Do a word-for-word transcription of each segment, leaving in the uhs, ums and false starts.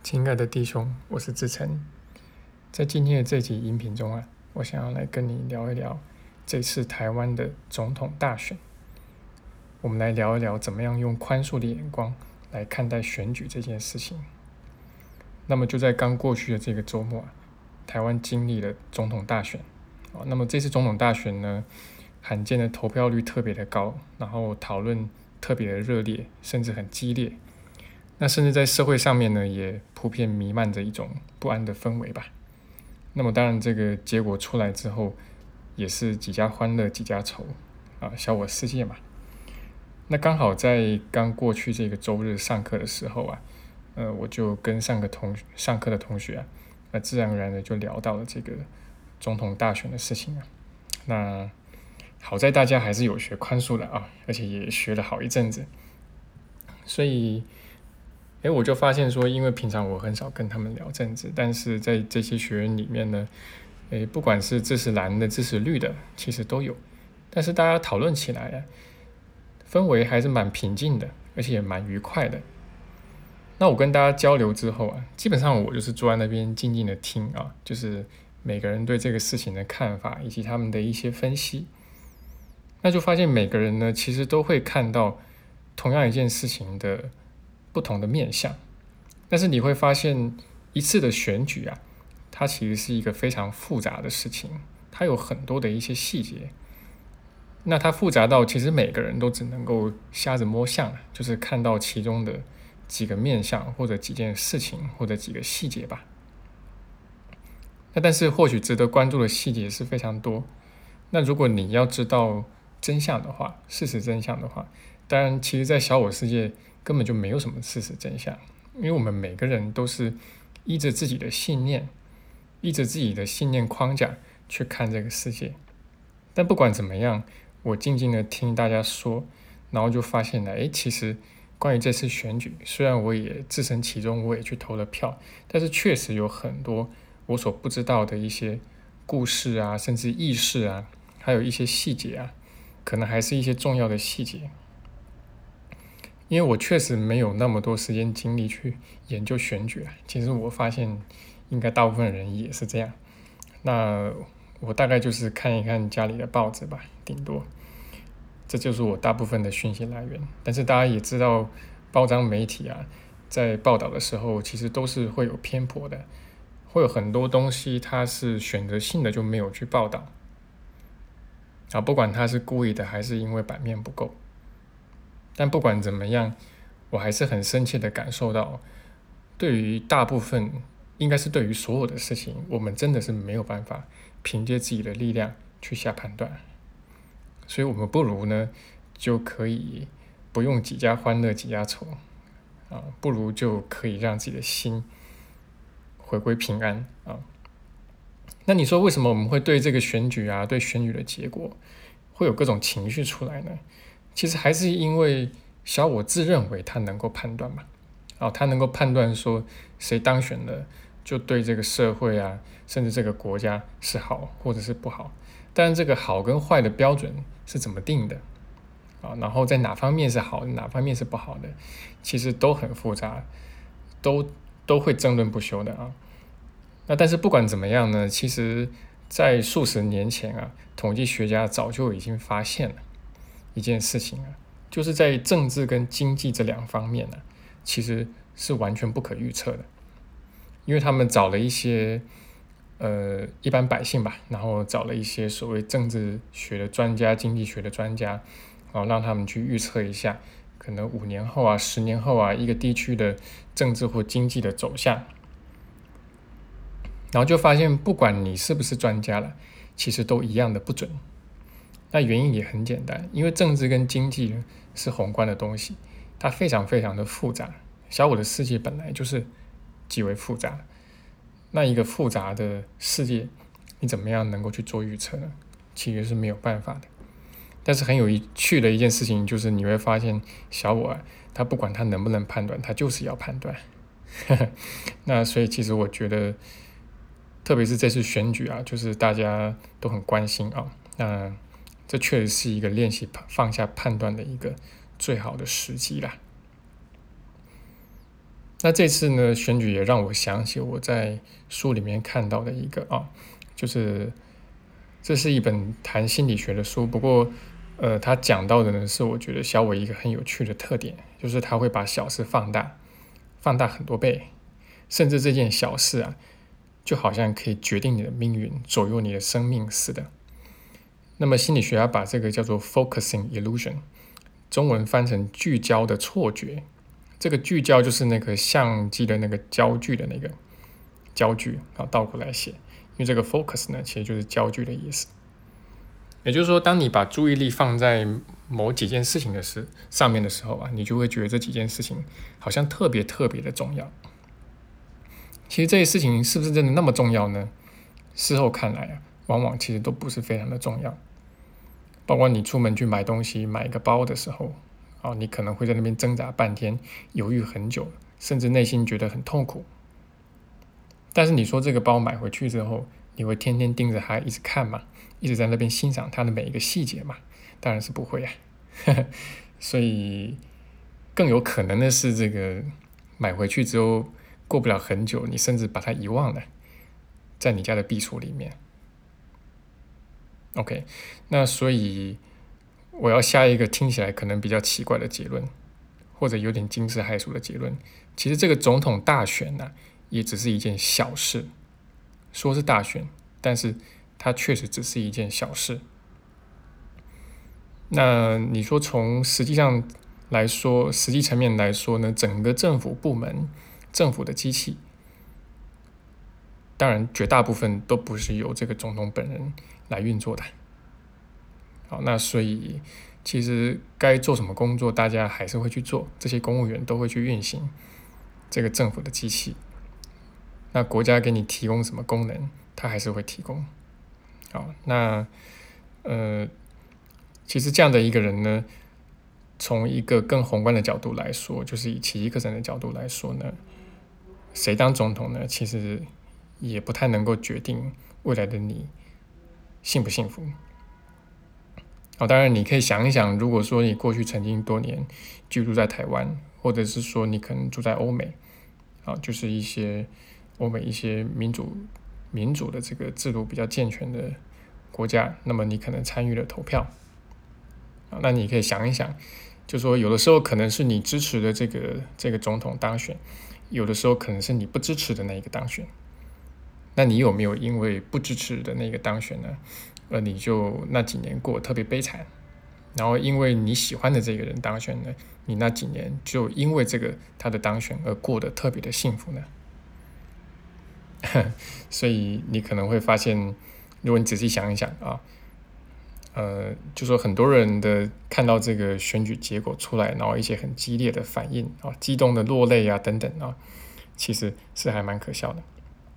亲爱的弟兄，我是志成。在今天的这集音频中啊，我想要来跟你聊一聊这次台湾的总统大选。我们来聊一聊怎么样用宽恕的眼光来看待选举这件事情。那么就在刚过去的这个周末啊，台湾经历了总统大选。那么这次总统大选呢，罕见的投票率特别的高，然后讨论特别的热烈，甚至很激烈。那甚至在社会上面呢，也普遍弥漫着一种不安的氛围吧。那么当然，这个结果出来之后，也是几家欢乐几家愁啊，小我世界嘛。那刚好在刚过去这个周日上课的时候啊，呃，我就跟上个同上课的同学啊，那自然而然的就聊到了这个总统大选的事情啊。那好在大家还是有学宽恕的啊，而且也学了好一阵子，所以。诶，我就发现说，因为平常我很少跟他们聊政治，但是在这些学员里面呢，诶，不管是支持蓝的、支持绿的，其实都有。但是大家讨论起来啊，氛围还是蛮平静的，而且也蛮愉快的。那我跟大家交流之后啊，基本上我就是坐在那边静静的听啊，就是每个人对这个事情的看法以及他们的一些分析。那就发现每个人呢，其实都会看到同样一件事情的不同的面向，但是你会发现一次的选举啊，它其实是一个非常复杂的事情，它有很多的一些细节。那它复杂到其实每个人都只能够瞎子摸象，就是看到其中的几个面向或者几件事情或者几个细节吧。那但是或许值得关注的细节是非常多。那如果你要知道真相的话，事实真相的话，当然其实在小我世界根本就没有什么事实真相，因为我们每个人都是依着自己的信念，依着自己的信念框架去看这个世界。但不管怎么样，我静静的听大家说，然后就发现了，诶，其实关于这次选举，虽然我也置身其中，我也去投了票，但是确实有很多我所不知道的一些故事啊，甚至意识啊，还有一些细节啊，可能还是一些重要的细节。因为我确实没有那么多时间精力去研究选举啊，其实我发现应该大部分人也是这样。那我大概就是看一看家里的报纸吧，顶多，这就是我大部分的讯息来源。但是大家也知道，报章媒体啊，在报道的时候，其实都是会有偏颇的，会有很多东西它是选择性的就没有去报道啊，不管他是故意的还是因为版面不够。但不管怎么样，我还是很深切的感受到，对于大部分，应该是对于所有的事情，我们真的是没有办法凭借自己的力量去下判断。所以我们不如呢，就可以不用几家欢乐几家愁啊，不如就可以让自己的心回归平安啊。那你说为什么我们会对这个选举啊，对选举的结果会有各种情绪出来呢？其实还是因为小我自认为他能够判断嘛，哦，他能够判断说谁当选了，就对这个社会啊，甚至这个国家是好或者是不好。但这个好跟坏的标准是怎么定的啊？然后在哪方面是好的，哪方面是不好的，其实都很复杂，都都会争论不休的啊。那但是不管怎么样呢，其实在数十年前啊，统计学家早就已经发现了一件事情啊，就是在政治跟经济这两方面呢、啊，其实是完全不可预测的。因为他们找了一些呃一般百姓吧，然后找了一些所谓政治学的专家、经济学的专家，然后让他们去预测一下，可能五年后啊、十年后啊，一个地区的政治或经济的走向。然后就发现，不管你是不是专家了，其实都一样的不准。那原因也很简单，因为政治跟经济是宏观的东西，它非常非常的复杂。小我的世界本来就是极为复杂，那一个复杂的世界，你怎么样能够去做预测呢？其实是没有办法的。但是很有趣的一件事情就是，你会发现小我啊，他不管他能不能判断，他就是要判断。那所以其实我觉得，特别是这次选举啊，就是大家都很关心啊，那这确实是一个练习放下判断的一个最好的时机啦。 那这次呢选举也让我想起我在书里面看到的一个啊，就是这是一本谈心理学的书，不过呃，他讲到的呢是我觉得小伟一个很有趣的特点，就是他会把小事放大，放大很多倍，甚至这件小事啊，就好像可以决定你的命运，左右你的生命似的。那么心理学家把这个叫做 focusing illusion， 中文翻成聚焦的错觉。这个聚焦就是那个相机的那个焦距的那个焦距啊，倒过来写，因为这个 focus 呢，其实就是焦距的意思。也就是说，当你把注意力放在某几件事情的事上面的时候啊，你就会觉得这几件事情好像特别特别的重要。其实这些事情是不是真的那么重要呢？事后看来啊，往往其实都不是非常的重要。包括你出门去买东西，买一个包的时候，哦，你可能会在那边挣扎半天，犹豫很久，甚至内心觉得很痛苦。但是你说这个包买回去之后，你会天天盯着它一直看吗？一直在那边欣赏它的每一个细节吗？当然是不会啊。所以更有可能的是，这个买回去之后过不了很久，你甚至把它遗忘了，在你家的壁橱里面。OK， 那所以我要下一个听起来可能比较奇怪的结论，或者有点惊世骇俗的结论。其实这个总统大选呢、啊，也只是一件小事。说是大选，但是它确实只是一件小事。那你说从实际上来说，实际层面来说呢，整个政府部门、政府的机器，当然绝大部分都不是由这个总统本人来运作的。好，那所以其实该做什么工作，大家还是会去做，这些公务员都会去运行这个政府的机器。那国家给你提供什么功能，它还是会提供。好，那呃，其实这样的一个人呢，从一个更宏观的角度来说，就是以奇迹课程的角度来说呢，谁当总统呢，其实也不太能够决定未来的你幸不幸福。好，当然你可以想一想，如果说你过去曾经多年居住在台湾，或者是说你可能住在欧美，啊，就是一些欧美一些民主民主的这个制度比较健全的国家，那么你可能参与了投票，啊，那你可以想一想，就说有的时候可能是你支持的这个这个总统当选，有的时候可能是你不支持的那一个当选，那你有没有因为不支持的那个当选呢，而你就那几年过得特别悲惨？然后因为你喜欢的这个人当选呢，你那几年就因为这个他的当选而过得特别的幸福呢？所以你可能会发现，如果你仔细想一想啊，呃，就说很多人的看到这个选举结果出来，然后一些很激烈的反应啊，激动的落泪啊等等啊，其实是还蛮可笑的。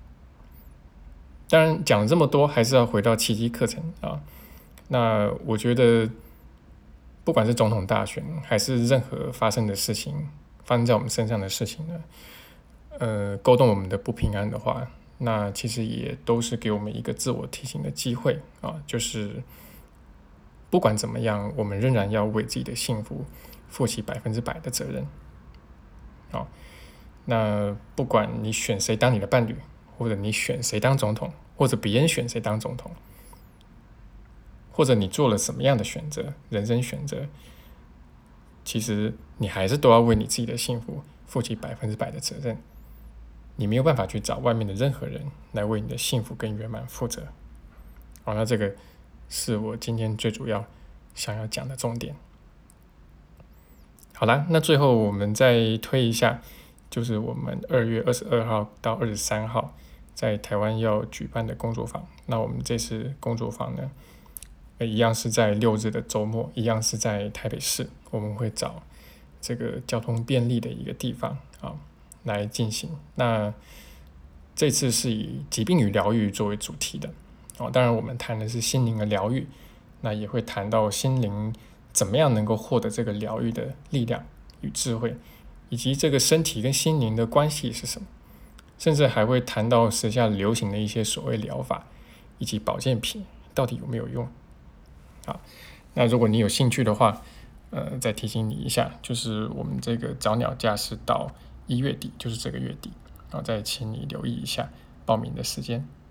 当然讲了这么多，还是要回到奇迹课程啊。那我觉得，不管是总统大选，还是任何发生的事情，发生在我们身上的事情呢，呃，勾动我们的不平安的话，那其实也都是给我们一个自我提醒的机会啊，就是不管怎么样，我们仍然要为自己的幸福负起百分之百的责任。好，那不管你选谁当你的伴侣，或者你选谁当总统，或者别人选谁当总统，或者你做了什么样的选择，人生选择，其实你还是都要为你自己的幸福负起百分之百的责任。你没有办法去找外面的任何人来为你的幸福跟圆满负责。好，那这个是我今天最主要想要讲的重点。好啦，那最后我们再推一下，就是我们二月二十二号到二十三号在台湾要举办的工作坊。那我们这次工作坊呢，一样是在六日的周末，一样是在台北市，我们会找这个交通便利的一个地方啊来进行。那这次是以疾病与疗愈作为主题的哦，当然我们谈的是心灵的疗愈，那也会谈到心灵怎么样能够获得这个疗愈的力量与智慧，以及这个身体跟心灵的关系是什么，甚至还会谈到时下流行的一些所谓疗法以及保健品到底有没有用。好，那如果你有兴趣的话，呃，再提醒你一下，就是我们这个早鸟价是到一月底，就是这个月底，然后再请你留意一下报名的时间。